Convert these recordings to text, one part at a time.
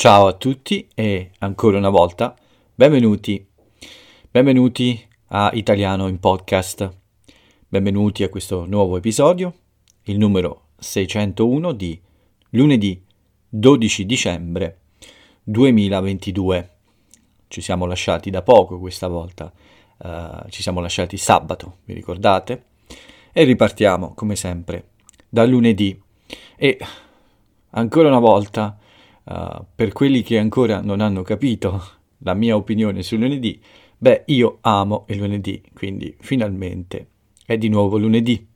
Ciao a tutti e ancora una volta benvenuti a Italiano in Podcast, benvenuti a questo nuovo episodio, il numero 601 di lunedì 12 dicembre 2022. Ci siamo lasciati da poco questa volta, ci siamo lasciati sabato, vi ricordate? E ripartiamo come sempre da lunedì e ancora una volta. Per quelli che ancora non hanno capito la mia opinione sul lunedì, io amo il lunedì, quindi finalmente è di nuovo lunedì.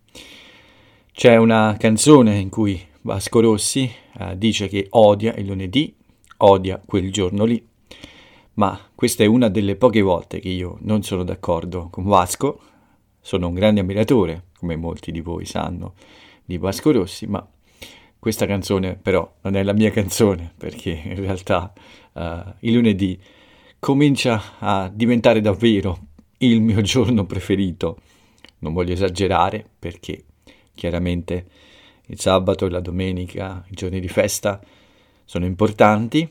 C'è una canzone in cui Vasco Rossi dice che odia il lunedì, odia quel giorno lì, ma questa è una delle poche volte che io non sono d'accordo con Vasco. Sono un grande ammiratore, come molti di voi sanno, di Vasco Rossi, ma questa canzone però non è la mia canzone, perché in realtà il lunedì comincia a diventare davvero il mio giorno preferito. Non voglio esagerare, perché chiaramente il sabato e la domenica, i giorni di festa, sono importanti,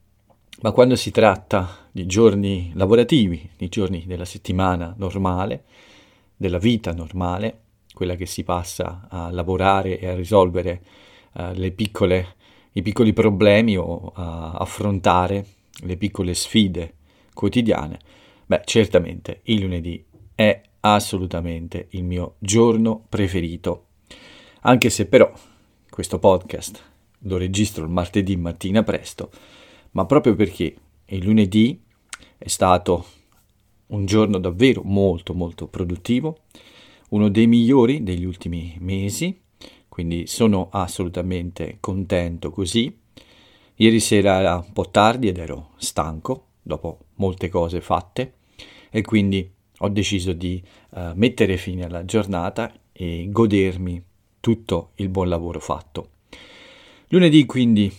ma quando si tratta di giorni lavorativi, di giorni della settimana normale, della vita normale, quella che si passa a lavorare e a risolvere i piccoli problemi o a affrontare le piccole sfide quotidiane, certamente il lunedì è assolutamente il mio giorno preferito, anche se però questo podcast lo registro il martedì mattina presto, ma proprio perché il lunedì è stato un giorno davvero molto molto produttivo, uno dei migliori degli ultimi mesi, quindi sono assolutamente contento così. Ieri sera era un po' tardi ed ero stanco dopo molte cose fatte e quindi ho deciso di mettere fine alla giornata e godermi tutto il buon lavoro fatto. Lunedì quindi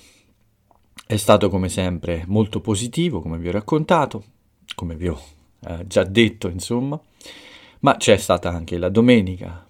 è stato come sempre molto positivo, come vi ho raccontato, come vi ho già detto insomma, ma c'è stata anche la domenica,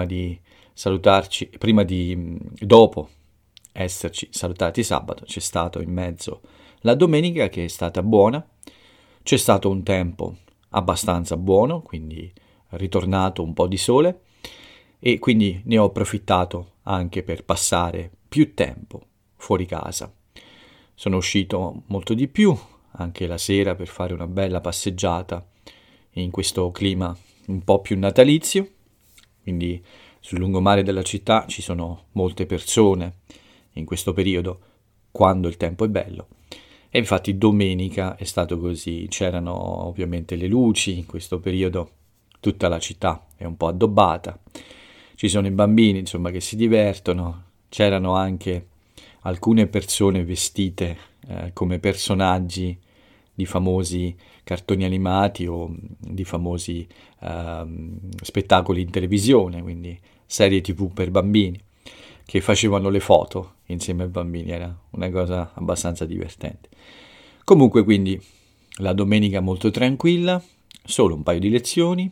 dopo esserci salutati sabato, c'è stato in mezzo la domenica che è stata buona, c'è stato un tempo abbastanza buono, quindi è ritornato un po' di sole e quindi ne ho approfittato anche per passare più tempo fuori casa. Sono uscito molto di più, anche la sera per fare una bella passeggiata in questo clima un po' più natalizio, quindi sul lungomare della città ci sono molte persone in questo periodo, quando il tempo è bello. E infatti domenica è stato così, c'erano ovviamente le luci, in questo periodo tutta la città è un po' addobbata, ci sono i bambini insomma che si divertono, c'erano anche alcune persone vestite come personaggi di famosi cartoni animati o di famosi spettacoli in televisione, quindi serie TV per bambini, che facevano le foto insieme ai bambini, era una cosa abbastanza divertente. Comunque quindi la domenica molto tranquilla, solo un paio di lezioni,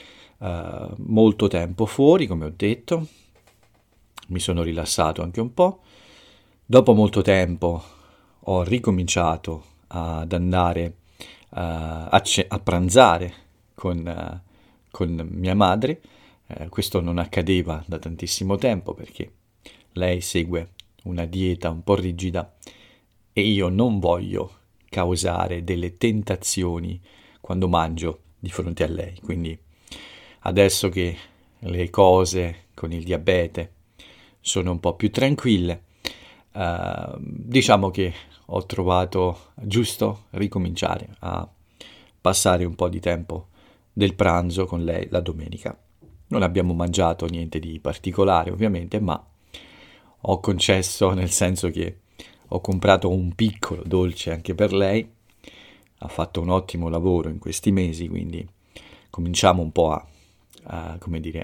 molto tempo fuori come ho detto, mi sono rilassato anche un po', dopo molto tempo ho ricominciato ad andare a pranzare con mia madre. Questo non accadeva da tantissimo tempo perché lei segue una dieta un po' rigida e io non voglio causare delle tentazioni quando mangio di fronte a lei. Quindi adesso che le cose con il diabete sono un po' più tranquille, diciamo che ho trovato giusto ricominciare a passare un po' di tempo del pranzo con lei la domenica. Non abbiamo mangiato niente di particolare ovviamente, ma ho concesso, nel senso che ho comprato un piccolo dolce anche per lei. Ha fatto un ottimo lavoro in questi mesi, quindi cominciamo un po' a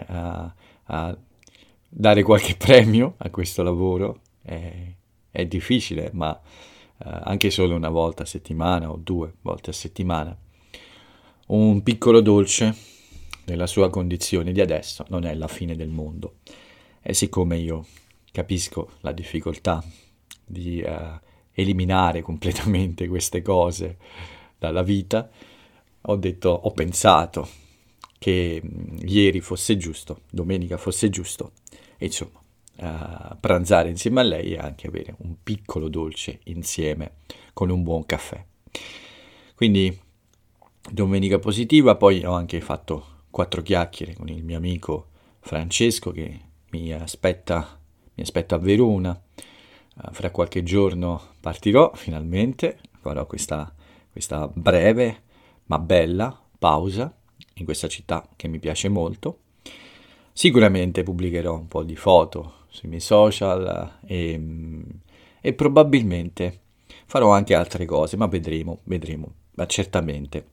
dare qualche premio a questo lavoro. È difficile, ma anche solo una volta a settimana o 2 volte a settimana. Un piccolo dolce nella sua condizione di adesso non è la fine del mondo. E siccome io capisco la difficoltà di eliminare completamente queste cose dalla vita, ho pensato che ieri fosse giusto, domenica fosse giusto, e insomma, pranzare insieme a lei e anche avere un piccolo dolce insieme con un buon caffè. Quindi domenica positiva, poi ho anche fatto 4 chiacchiere con il mio amico Francesco che mi aspetta a Verona. Fra qualche giorno partirò finalmente, farò questa breve ma bella pausa in questa città che mi piace molto. Sicuramente pubblicherò un po' di foto sui miei social e probabilmente farò anche altre cose, ma vedremo, ma certamente.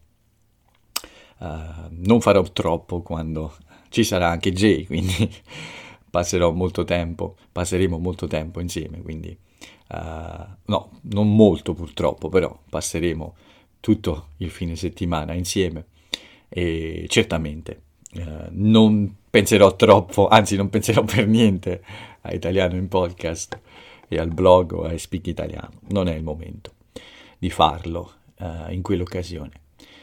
Non farò troppo quando ci sarà anche Jay, quindi passeremo molto tempo insieme, quindi no, non molto purtroppo, però passeremo tutto il fine settimana insieme e certamente non penserò troppo, anzi non penserò per niente a Italiano in Podcast e al blog o a Speak Italiano, non è il momento di farlo in quell'occasione.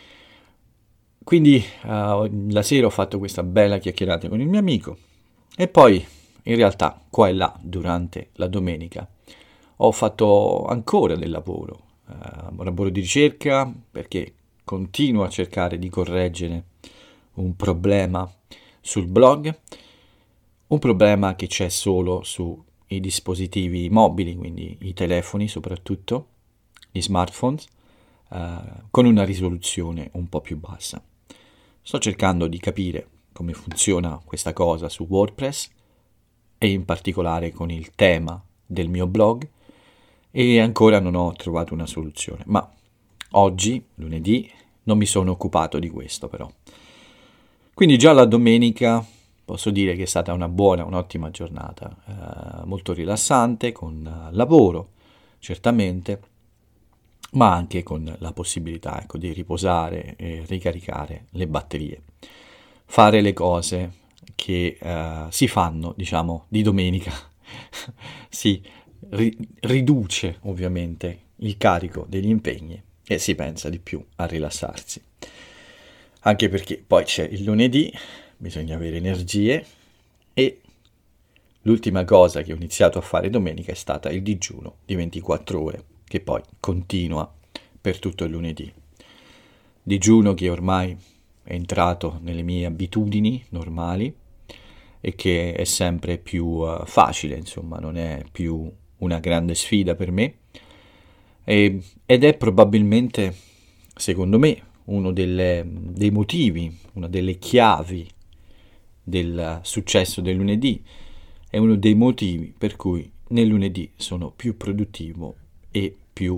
Quindi la sera ho fatto questa bella chiacchierata con il mio amico e poi in realtà qua e là durante la domenica ho fatto ancora del lavoro, un lavoro di ricerca perché continuo a cercare di correggere un problema sul blog, un problema che c'è solo sui dispositivi mobili, quindi i telefoni soprattutto, gli smartphone, con una risoluzione un po' più bassa. Sto cercando di capire come funziona questa cosa su WordPress e in particolare con il tema del mio blog e ancora non ho trovato una soluzione, ma oggi, lunedì, non mi sono occupato di questo però. Quindi già la domenica posso dire che è stata un'ottima giornata, molto rilassante, con lavoro, certamente, ma anche con la possibilità, ecco, di riposare e ricaricare le batterie. Fare le cose che si fanno, diciamo, di domenica. Si riduce ovviamente il carico degli impegni e si pensa di più a rilassarsi. Anche perché poi c'è il lunedì, bisogna avere energie e l'ultima cosa che ho iniziato a fare domenica è stata il digiuno di 24 ore, che poi continua per tutto il lunedì. Digiuno che ormai è entrato nelle mie abitudini normali e che è sempre più facile, insomma, non è più una grande sfida per me ed è probabilmente, secondo me, uno dei motivi, una delle chiavi del successo del lunedì, è uno dei motivi per cui nel lunedì sono più produttivo e più,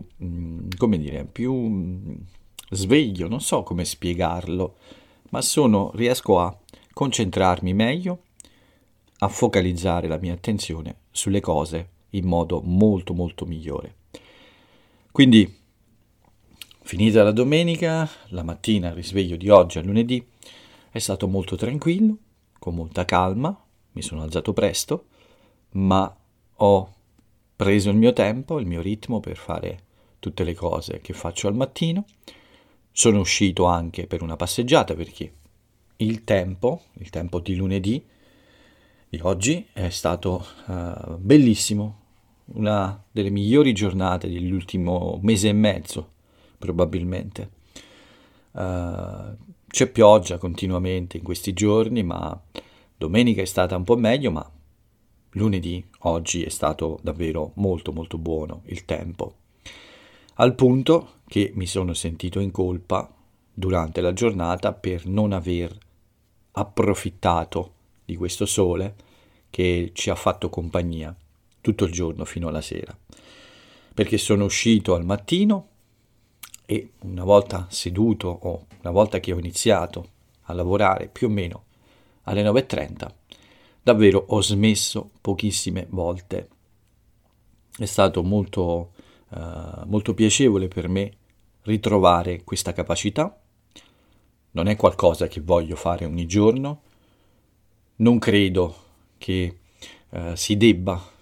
più sveglio, non so come spiegarlo, ma riesco a concentrarmi meglio, a focalizzare la mia attenzione sulle cose in modo molto molto migliore. Quindi, finita la domenica, la mattina, il risveglio di oggi, a lunedì, è stato molto tranquillo, con molta calma, mi sono alzato presto, ma ho preso il mio tempo, il mio ritmo per fare tutte le cose che faccio al mattino. Sono uscito anche per una passeggiata perché il tempo di lunedì, di oggi, è stato bellissimo, una delle migliori giornate dell'ultimo mese e mezzo, probabilmente. C'è pioggia continuamente in questi giorni, ma domenica è stata un po' meglio, ma lunedì, oggi, è stato davvero molto molto buono il tempo. Al punto che mi sono sentito in colpa durante la giornata per non aver approfittato di questo sole che ci ha fatto compagnia tutto il giorno fino alla sera. Perché sono uscito al mattino e una volta seduto o una volta che ho iniziato a lavorare più o meno alle 9:30, davvero ho smesso pochissime volte. È stato molto piacevole per me ritrovare questa capacità. Non è qualcosa che voglio fare ogni giorno. Non credo che si debba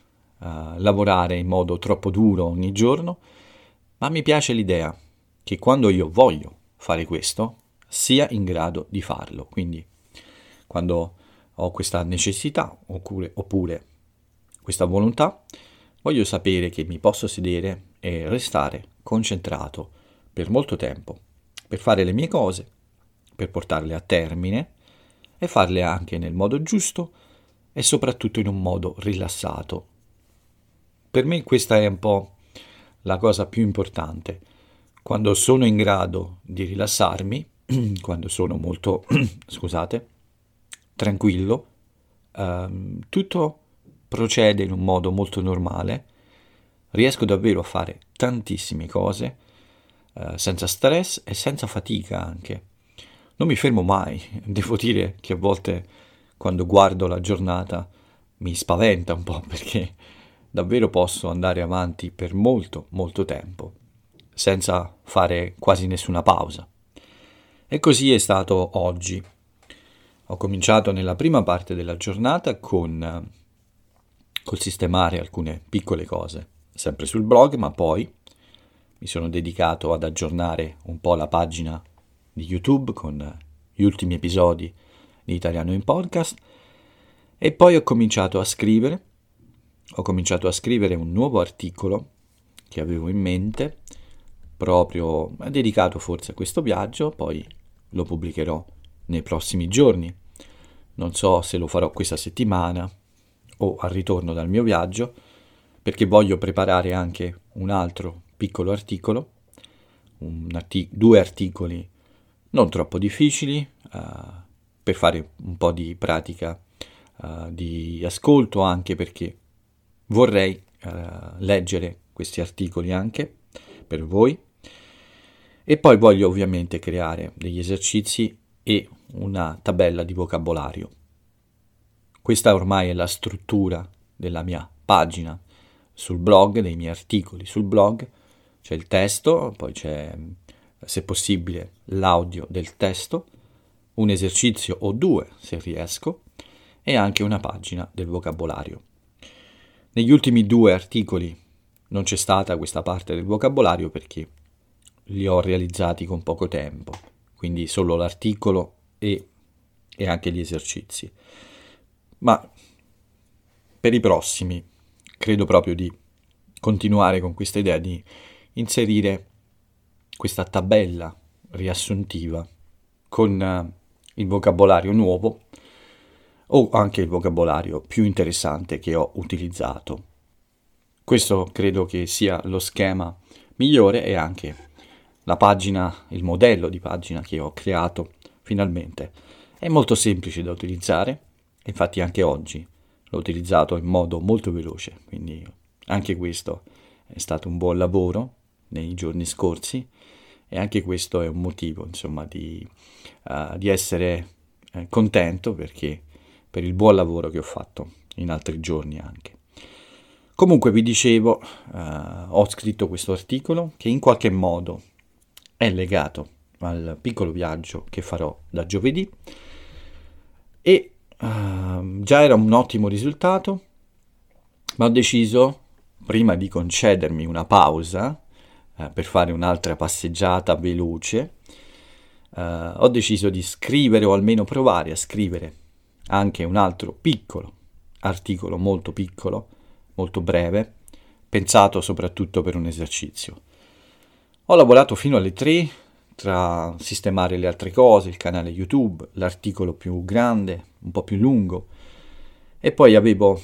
lavorare in modo troppo duro ogni giorno, ma mi piace l'idea che quando io voglio fare questo, sia in grado di farlo. Quindi quando ho questa necessità oppure questa volontà, voglio sapere che mi posso sedere e restare concentrato per molto tempo, per fare le mie cose, per portarle a termine e farle anche nel modo giusto e soprattutto in un modo rilassato. Per me questa è un po' la cosa più importante. Quando sono in grado di rilassarmi, quando sono molto, scusate, tranquillo, tutto procede in un modo molto normale, riesco davvero a fare tantissime cose, senza stress e senza fatica anche. Non mi fermo mai, devo dire che a volte quando guardo la giornata mi spaventa un po' perché davvero posso andare avanti per molto, molto tempo, senza fare quasi nessuna pausa. E così è stato oggi. Ho cominciato nella prima parte della giornata col sistemare alcune piccole cose, sempre sul blog, ma poi mi sono dedicato ad aggiornare un po' la pagina di YouTube con gli ultimi episodi di Italiano in Podcast e poi ho cominciato a scrivere un nuovo articolo che avevo in mente, proprio dedicato forse a questo viaggio, poi lo pubblicherò nei prossimi giorni. Non so se lo farò questa settimana o al ritorno dal mio viaggio, perché voglio preparare anche un altro piccolo articolo, due articoli non troppo difficili, per fare un po' di pratica di ascolto, anche perché vorrei leggere questi articoli anche per voi. E poi voglio ovviamente creare degli esercizi e una tabella di vocabolario. Questa ormai è la struttura della mia pagina sul blog, dei miei articoli sul blog. C'è il testo, poi c'è, se possibile, l'audio del testo, un esercizio o due se riesco, e anche una pagina del vocabolario. Negli ultimi due articoli non c'è stata questa parte del vocabolario perché li ho realizzati con poco tempo, quindi solo l'articolo e anche gli esercizi. Ma per i prossimi credo proprio di continuare con questa idea di inserire questa tabella riassuntiva con il vocabolario nuovo o anche il vocabolario più interessante che ho utilizzato. Questo credo che sia lo schema migliore e anche la pagina, il modello di pagina che ho creato finalmente. È molto semplice da utilizzare, infatti anche oggi l'ho utilizzato in modo molto veloce, quindi anche questo è stato un buon lavoro nei giorni scorsi e anche questo è un motivo, insomma, di essere contento perché per il buon lavoro che ho fatto in altri giorni anche. Comunque vi dicevo, ho scritto questo articolo che in qualche modo è legato al piccolo viaggio che farò da giovedì e già era un ottimo risultato, ma ho deciso, prima di concedermi una pausa per fare un'altra passeggiata veloce, ho deciso di scrivere o almeno provare a scrivere anche un altro piccolo articolo, molto piccolo, molto breve, pensato soprattutto per un esercizio. Ho lavorato fino alle 3 tra sistemare le altre cose, il canale YouTube, l'articolo più grande, un po' più lungo, e poi avevo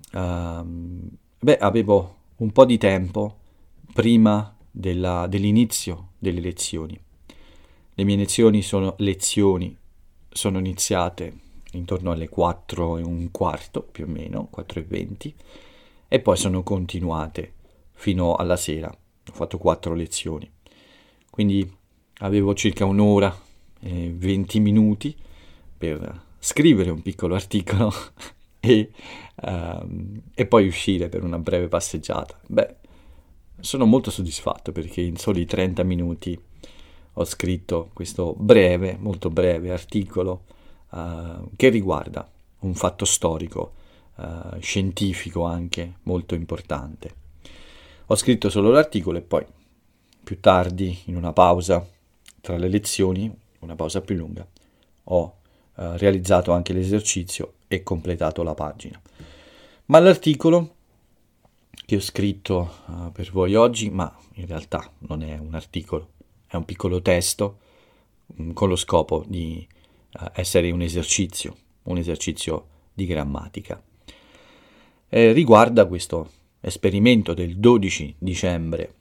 un po' di tempo prima dell'inizio delle lezioni. Le mie lezioni sono iniziate intorno alle 4:15 più o meno, 4:20, e poi sono continuate fino alla sera. Ho fatto 4 lezioni, quindi avevo circa un'ora e 20 minuti per scrivere un piccolo articolo e poi uscire per una breve passeggiata. Sono molto soddisfatto perché in soli 30 minuti ho scritto questo breve, molto breve articolo che riguarda un fatto storico scientifico anche molto importante. Ho scritto solo l'articolo e poi più tardi, in una pausa tra le lezioni, una pausa più lunga, ho realizzato anche l'esercizio e completato la pagina. Ma l'articolo che ho scritto per voi oggi, ma in realtà non è un articolo, è un piccolo testo con lo scopo di essere un esercizio di grammatica. Riguarda questo esperimento del 12 dicembre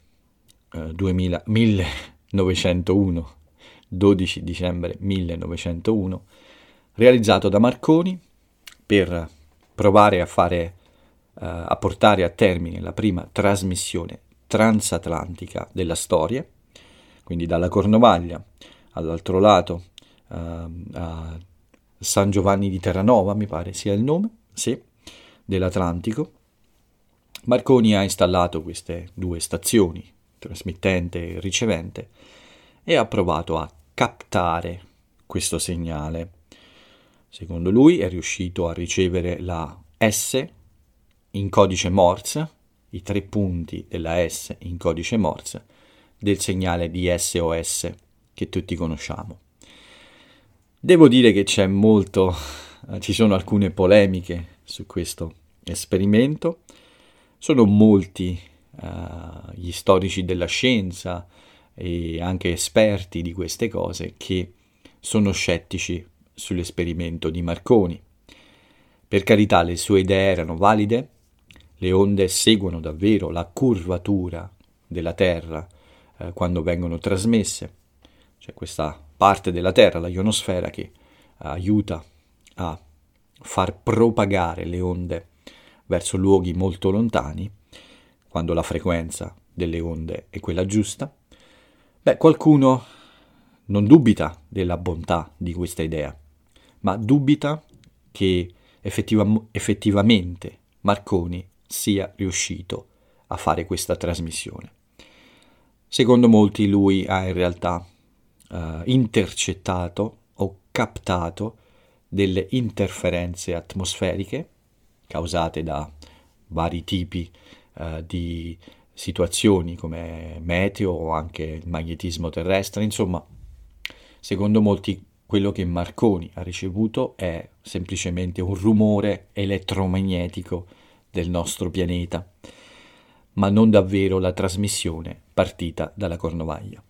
1901, 12 dicembre 1901, realizzato da Marconi per provare a portare a termine la prima trasmissione transatlantica della storia, quindi dalla Cornovaglia all'altro lato, a San Giovanni di Terranova, mi pare sia il nome, sì, dell'Atlantico. Marconi ha installato queste due stazioni, trasmittente e ricevente, e ha provato a captare questo segnale. Secondo lui è riuscito a ricevere la S in codice Morse, i 3 punti della S in codice Morse, del segnale di SOS che tutti conosciamo. Devo dire che ci sono alcune polemiche su questo esperimento, sono molti gli storici della scienza e anche esperti di queste cose che sono scettici sull'esperimento di Marconi. Per carità, le sue idee erano valide, le onde seguono davvero la curvatura della Terra quando vengono trasmesse. C'è questa parte della Terra, la ionosfera, che aiuta a far propagare le onde verso luoghi molto lontani, quando la frequenza delle onde è quella giusta. Qualcuno non dubita della bontà di questa idea, ma dubita che effettivamente Marconi sia riuscito a fare questa trasmissione. Secondo molti lui ha in realtà intercettato o captato delle interferenze atmosferiche causate da vari tipi di situazioni come meteo o anche il magnetismo terrestre. Insomma, secondo molti quello che Marconi ha ricevuto è semplicemente un rumore elettromagnetico del nostro pianeta, ma non davvero la trasmissione partita dalla Cornovaglia.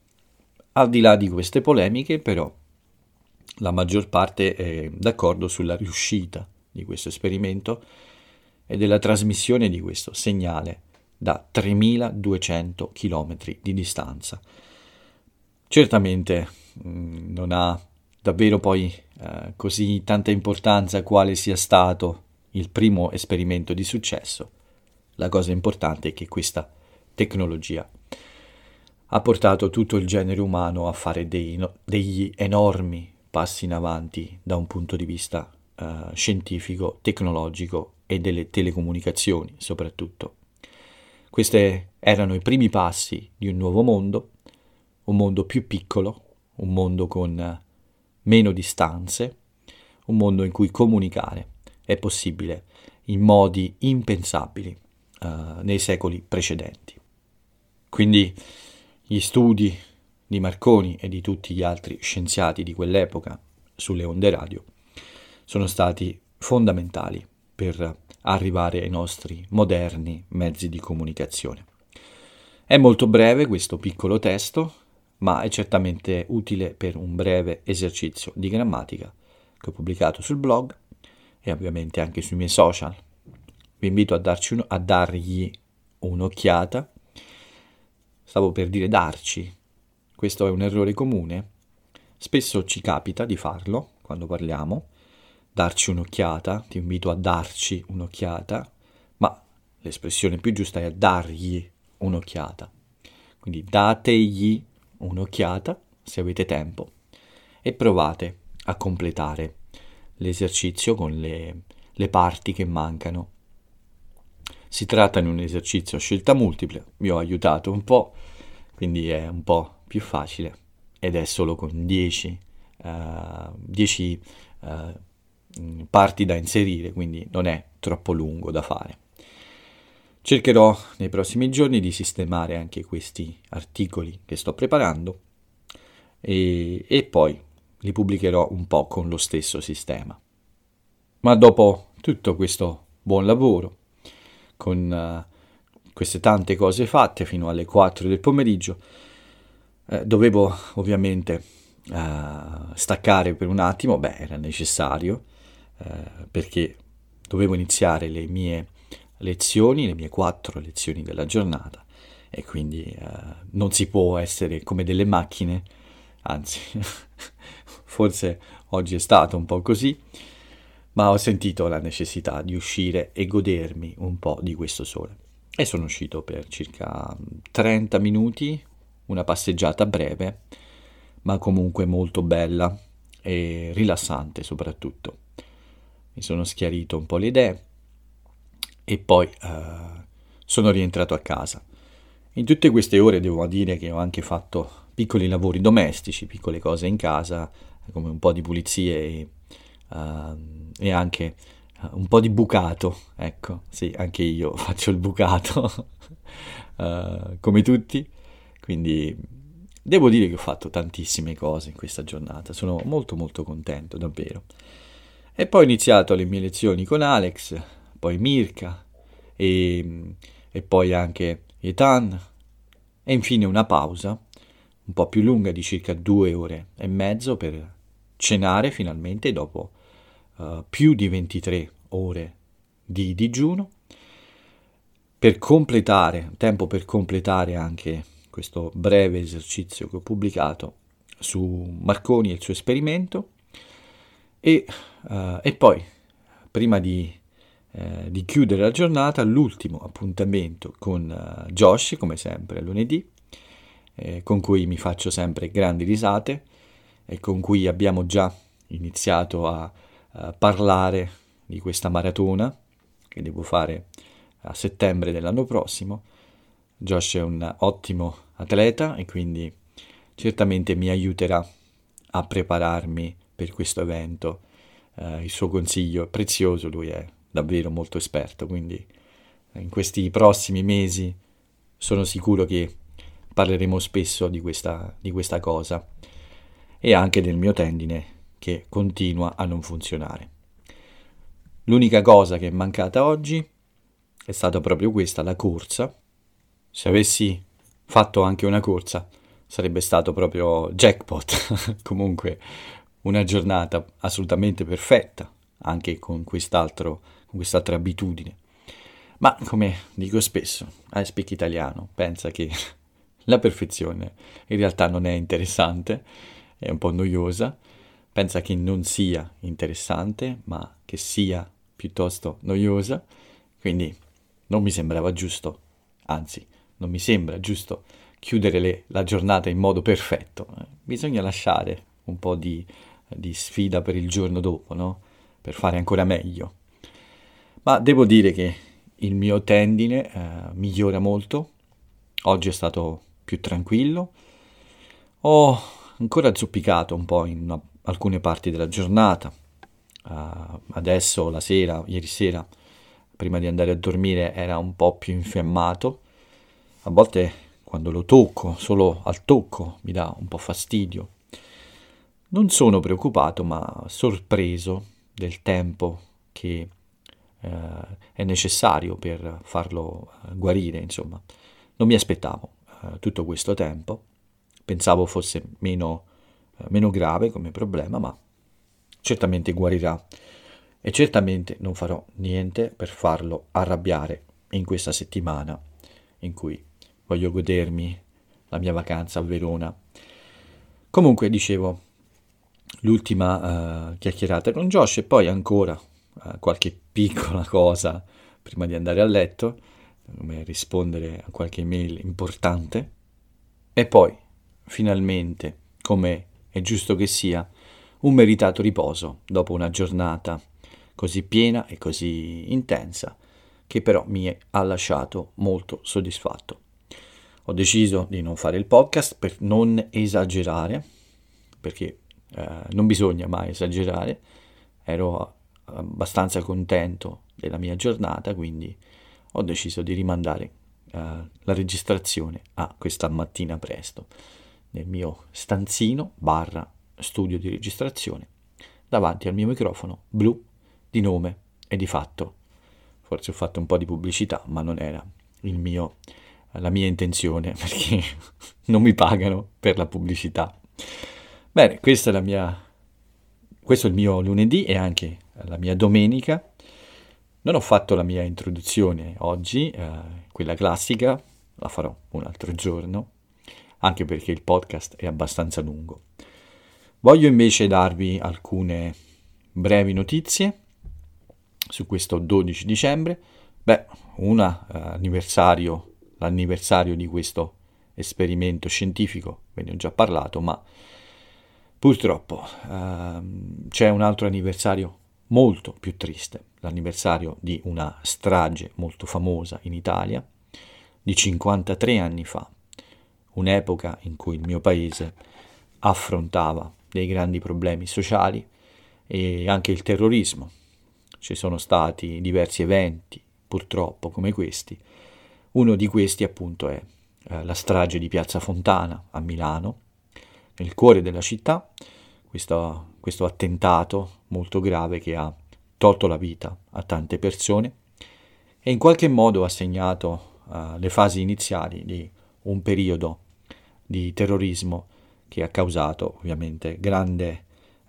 Al di là di queste polemiche, però, la maggior parte è d'accordo sulla riuscita di questo esperimento e della trasmissione di questo segnale da 3200 km di distanza. Certamente non ha davvero poi così tanta importanza quale sia stato il primo esperimento di successo. La cosa importante è che questa tecnologia ha portato tutto il genere umano a fare degli enormi passi in avanti da un punto di vista scientifico, tecnologico e delle telecomunicazioni soprattutto. Questi erano i primi passi di un nuovo mondo, un mondo più piccolo, un mondo con meno distanze, un mondo in cui comunicare è possibile in modi impensabili nei secoli precedenti. Quindi gli studi di Marconi e di tutti gli altri scienziati di quell'epoca sulle onde radio sono stati fondamentali per arrivare ai nostri moderni mezzi di comunicazione. È molto breve questo piccolo testo, ma è certamente utile per un breve esercizio di grammatica che ho pubblicato sul blog e ovviamente anche sui miei social. Vi invito a dargli un'occhiata. Stavo per dire darci. Questo è un errore comune. Spesso ci capita di farlo quando parliamo, darci un'occhiata, ti invito a darci un'occhiata, ma l'espressione più giusta è dargli un'occhiata. Quindi dategli un'occhiata se avete tempo e provate a completare l'esercizio con le parti che mancano. Si tratta di un esercizio a scelta multipla, vi ho aiutato un po', quindi è un po' più facile ed è solo con 10 parti da inserire, quindi non è troppo lungo da fare. Cercherò nei prossimi giorni di sistemare anche questi articoli che sto preparando e poi li pubblicherò un po' con lo stesso sistema. Ma dopo tutto questo buon lavoro, con queste tante cose fatte fino alle 4 del pomeriggio, dovevo ovviamente staccare per un attimo, era necessario, perché dovevo iniziare le mie lezioni, le mie 4 lezioni della giornata, e quindi non si può essere come delle macchine, anzi, forse oggi è stato un po' così, ma ho sentito la necessità di uscire e godermi un po' di questo sole. E sono uscito per circa 30 minuti, una passeggiata breve, ma comunque molto bella e rilassante soprattutto. Mi sono schiarito un po' le idee e poi sono rientrato a casa. In tutte queste ore devo dire che ho anche fatto piccoli lavori domestici, piccole cose in casa, come un po' di pulizie e anche un po' di bucato. Ecco, sì, anche io faccio il bucato, come tutti, quindi devo dire che ho fatto tantissime cose in questa giornata, sono molto molto contento, davvero. E poi ho iniziato le mie lezioni con Alex, poi Mirka e poi anche Ethan, e infine una pausa un po' più lunga di circa 2 ore e mezzo per cenare finalmente dopo più di 23 ore di digiuno, per completare, tempo per completare anche questo breve esercizio che ho pubblicato su Marconi e il suo esperimento e poi, prima di chiudere la giornata, l'ultimo appuntamento con Josh, come sempre lunedì, con cui mi faccio sempre grandi risate e con cui abbiamo già iniziato a parlare di questa maratona che devo fare a settembre dell'anno prossimo. Josh è un ottimo atleta e quindi certamente mi aiuterà a prepararmi per questo evento. Il suo consiglio è prezioso, lui è davvero molto esperto, quindi in questi prossimi mesi sono sicuro che parleremo spesso di questa cosa e anche del mio tendine che continua a non funzionare. L'unica cosa che è mancata oggi è stata proprio questa, la corsa. Se avessi fatto anche una corsa sarebbe stato proprio jackpot. Comunque una giornata assolutamente perfetta, anche con quest'altra abitudine. Ma come dico spesso, I speak italiano, pensa che la perfezione in realtà non è interessante, è un po' noiosa, pensa che non sia interessante, ma che sia piuttosto noiosa, quindi non mi sembrava giusto, anzi, non mi sembra giusto chiudere la giornata in modo perfetto. Bisogna lasciare un po' di sfida per il giorno dopo, no? Per fare ancora meglio. Ma devo dire che il mio tendine migliora molto. Oggi è stato più tranquillo. Ho ancora zoppicato un po' in alcune parti della giornata. Adesso, la sera, ieri sera, prima di andare a dormire, era un po' più infiammato. A volte, quando lo tocco, solo al tocco, mi dà un po' fastidio. Non sono preoccupato, ma sorpreso del tempo che è necessario per farlo guarire, insomma. Non mi aspettavo tutto questo tempo, pensavo fosse meno grave come problema, ma certamente guarirà e certamente non farò niente per farlo arrabbiare in questa settimana in cui voglio godermi la mia vacanza a Verona. Comunque, dicevo, l'ultima chiacchierata con Josh e poi ancora qualche piccola cosa prima di andare a letto, come rispondere a qualche email importante, e poi finalmente, come è giusto che sia, un meritato riposo dopo una giornata così piena e così intensa, che però mi ha lasciato molto soddisfatto. Ho deciso di non fare il podcast per non esagerare, perché non bisogna mai esagerare. Ero abbastanza contento della mia giornata, quindi ho deciso di rimandare la registrazione a questa mattina presto nel mio stanzino barra studio di registrazione davanti al mio microfono blu di nome e di fatto. Forse ho fatto un po' di pubblicità, ma non era la mia intenzione, perché non mi pagano per la pubblicità. Bene, questo è il mio lunedì e anche la mia domenica. Non ho fatto la mia introduzione oggi, quella classica, la farò un altro giorno, anche perché il podcast è abbastanza lungo. Voglio invece darvi alcune brevi notizie su questo 12 dicembre. L'anniversario di questo esperimento scientifico, ve ne ho già parlato, ma purtroppo c'è un altro anniversario molto più triste, l'anniversario di una strage molto famosa in Italia, di 53 anni fa, un'epoca in cui il mio paese affrontava dei grandi problemi sociali e anche il terrorismo. Ci sono stati diversi eventi, purtroppo, come questi. Uno di questi, appunto, è la strage di Piazza Fontana a Milano, nel cuore della città, questo attentato molto grave che ha tolto la vita a tante persone e in qualche modo ha segnato le fasi iniziali di un periodo di terrorismo che ha causato ovviamente grande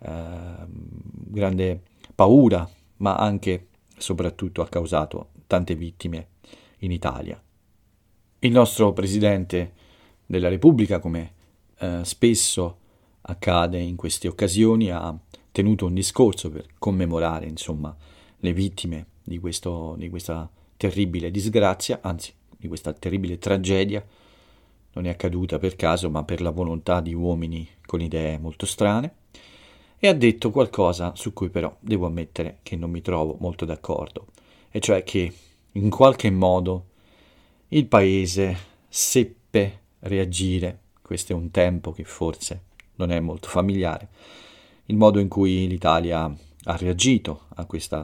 paura, ma anche e soprattutto ha causato tante vittime in Italia. Il nostro Presidente della Repubblica, come spesso accade in queste occasioni, ha tenuto un discorso per commemorare, insomma, le vittime di questa terribile disgrazia, anzi, di questa terribile tragedia. Non è accaduta per caso, ma per la volontà di uomini con idee molto strane, e ha detto qualcosa su cui però devo ammettere che non mi trovo molto d'accordo, e cioè che in qualche modo il paese seppe reagire, questo è un tempo che forse non è molto familiare, il modo in cui l'Italia ha reagito a questa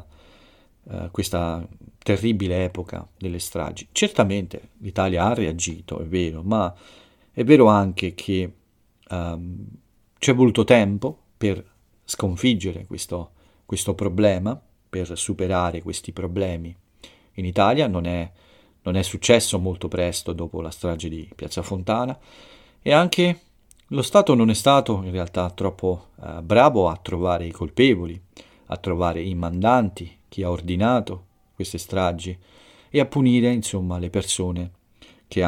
terribile epoca delle stragi. Certamente l'Italia ha reagito, è vero, ma è vero anche che ci è voluto tempo per sconfiggere questo problema, per superare questi problemi in Italia. Non è successo molto presto dopo la strage di Piazza Fontana, e anche lo Stato non è stato in realtà troppo bravo a trovare i colpevoli, a trovare i mandanti, chi ha ordinato queste stragi, e a punire, insomma, le persone che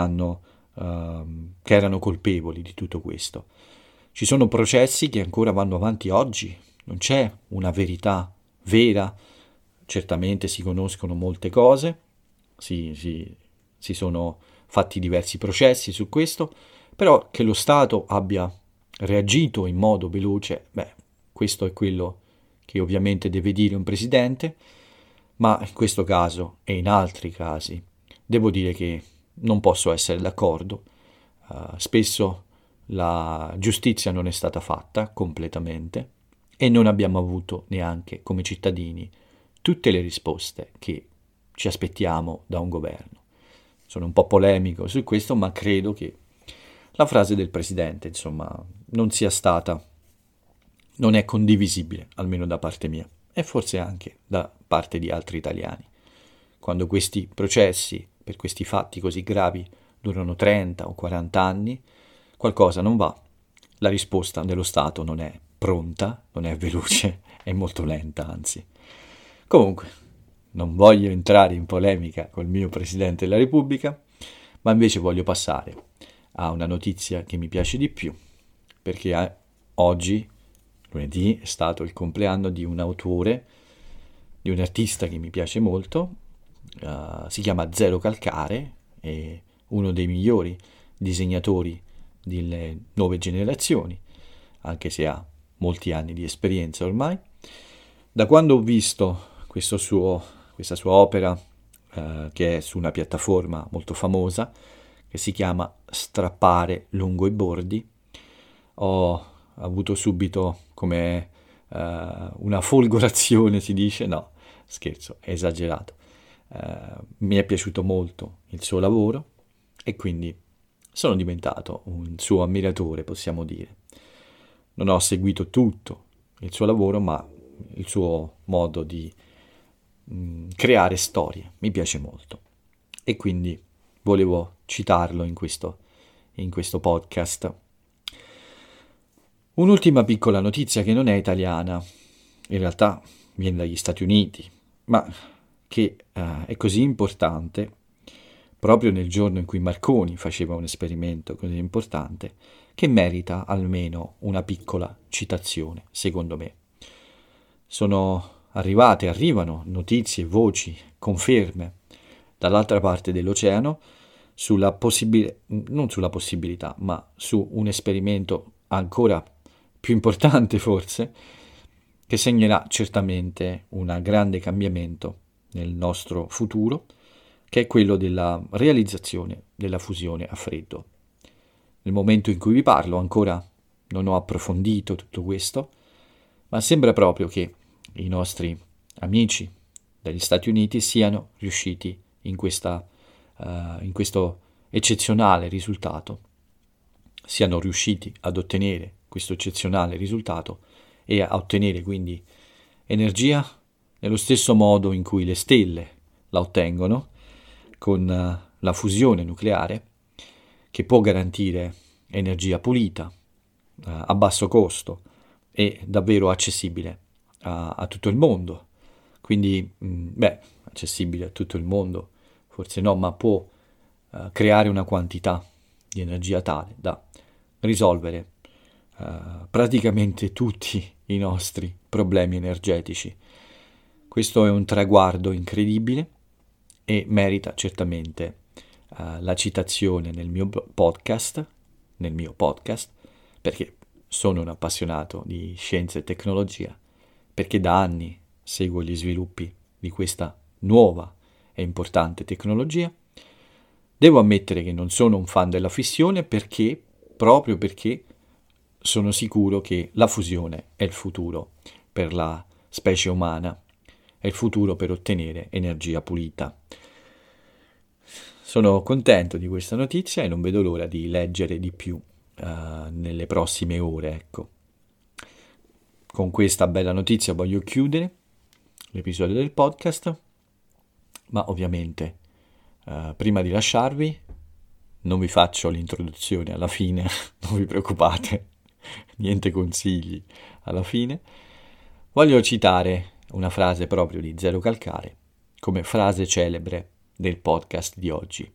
erano colpevoli di tutto questo. Ci sono processi che ancora vanno avanti oggi, non c'è una verità vera, certamente si conoscono molte cose, si sono fatti diversi processi su questo, però che lo Stato abbia reagito in modo veloce, questo è quello che ovviamente deve dire un presidente, ma in questo caso e in altri casi devo dire che non posso essere d'accordo. Spesso la giustizia non è stata fatta completamente e non abbiamo avuto neanche come cittadini tutte le risposte che ci aspettiamo da un governo. Sono un po' polemico su questo, ma credo che la frase del presidente, insomma, non è condivisibile, almeno da parte mia, e forse anche da parte di altri italiani. Quando questi processi per questi fatti così gravi durano 30 o 40 anni, qualcosa non va. La risposta dello Stato non è pronta, non è veloce, è molto lenta, anzi. Comunque, non voglio entrare in polemica col mio Presidente della Repubblica, ma invece voglio passare a una notizia che mi piace di più, perché oggi, lunedì, è stato il compleanno di un autore, di un artista che mi piace molto, si chiama Zero Calcare, è uno dei migliori disegnatori delle nuove generazioni, anche se ha molti anni di esperienza ormai. Da quando ho visto questa sua opera, che è su una piattaforma molto famosa, che si chiama Strappare lungo i bordi, ho avuto subito come una folgorazione, si dice, no, scherzo, è esagerato. Mi è piaciuto molto il suo lavoro e quindi sono diventato un suo ammiratore, possiamo dire. Non ho seguito tutto il suo lavoro, ma il suo modo di creare storie mi piace molto. E quindi volevo citarlo in questo podcast. Un'ultima piccola notizia che non è italiana, in realtà viene dagli Stati Uniti, ma che è così importante, proprio nel giorno in cui Marconi faceva un esperimento così importante, che merita almeno una piccola citazione, secondo me. Arrivano notizie, voci, conferme dall'altra parte dell'oceano non sulla possibilità, ma su un esperimento ancora più importante forse, che segnerà certamente un grande cambiamento nel nostro futuro, che è quello della realizzazione della fusione a freddo. Nel momento in cui vi parlo ancora non ho approfondito tutto questo, ma sembra proprio che i nostri amici dagli Stati Uniti siano riusciti in questo eccezionale risultato, siano riusciti ad ottenere questo eccezionale risultato e a ottenere quindi energia nello stesso modo in cui le stelle la ottengono, con la fusione nucleare, che può garantire energia pulita, a basso costo e davvero accessibile a tutto il mondo. Quindi, accessibile a tutto il mondo, forse no, ma può creare una quantità di energia tale da risolvere praticamente tutti i nostri problemi energetici. Questo è un traguardo incredibile e merita certamente la citazione nel mio podcast, perché sono un appassionato di scienza e tecnologia, perché da anni seguo gli sviluppi di questa nuova e importante tecnologia. Devo ammettere che non sono un fan della fissione proprio perché sono sicuro che la fusione è il futuro per la specie umana, è il futuro per ottenere energia pulita. Sono contento di questa notizia e non vedo l'ora di leggere di più nelle prossime ore, ecco. Con questa bella notizia voglio chiudere l'episodio del podcast, ma ovviamente prima di lasciarvi non vi faccio l'introduzione alla fine, non vi preoccupate, niente consigli alla fine. Voglio citare una frase proprio di Zero Calcare come frase celebre del podcast di oggi.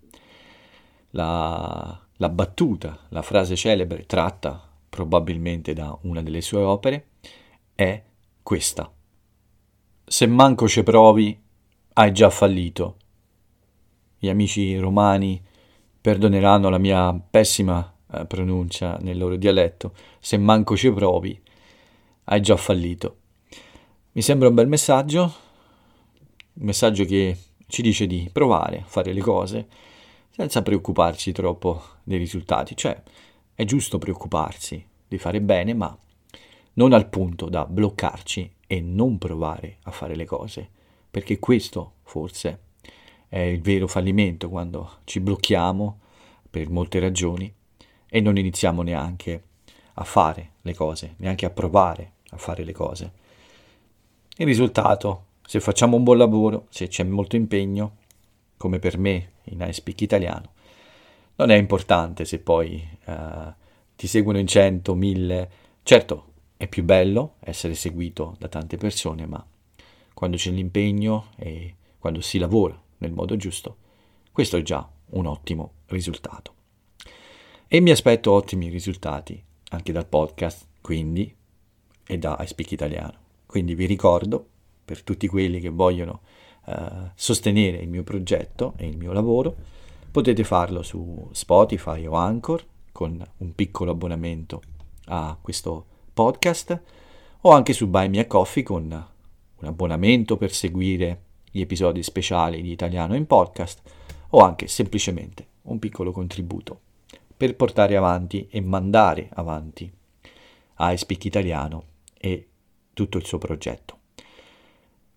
La battuta, la frase celebre tratta probabilmente da una delle sue opere è questa: se manco ci provi, hai già fallito. Gli amici romani perdoneranno la mia pessima pronuncia nel loro dialetto. Se manco ci provi, hai già fallito. Mi sembra un bel messaggio, un messaggio che ci dice di provare a fare le cose senza preoccuparci troppo dei risultati. Cioè, è giusto preoccuparsi di fare bene, ma non al punto da bloccarci e non provare a fare le cose, perché questo forse è il vero fallimento, quando ci blocchiamo per molte ragioni e non iniziamo neanche a fare le cose, neanche a provare a fare le cose. Il risultato, se facciamo un buon lavoro, se c'è molto impegno, come per me in iSpeak Italiano, non è importante se poi ti seguono in 100, 1000. Certo, è più bello essere seguito da tante persone, ma quando c'è l'impegno e quando si lavora nel modo giusto, questo è già un ottimo risultato. E mi aspetto ottimi risultati anche dal podcast, quindi, e da iSpeak Italiano. Quindi vi ricordo, per tutti quelli che vogliono sostenere il mio progetto e il mio lavoro, potete farlo su Spotify o Anchor con un piccolo abbonamento a questo podcast, o anche su Buy Me a Coffee con un abbonamento per seguire gli episodi speciali di Italiano in podcast, o anche semplicemente un piccolo contributo per portare avanti e mandare avanti iSpeak Italiano e tutto il suo progetto.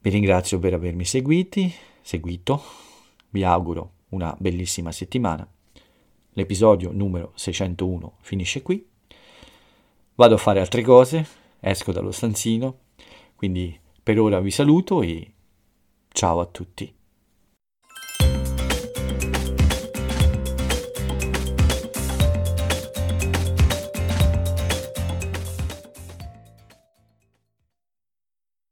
Vi ringrazio per avermi seguito, vi auguro una bellissima settimana. L'episodio numero 601 finisce qui. Vado a fare altre cose, esco dallo stanzino, quindi per ora vi saluto e ciao a tutti.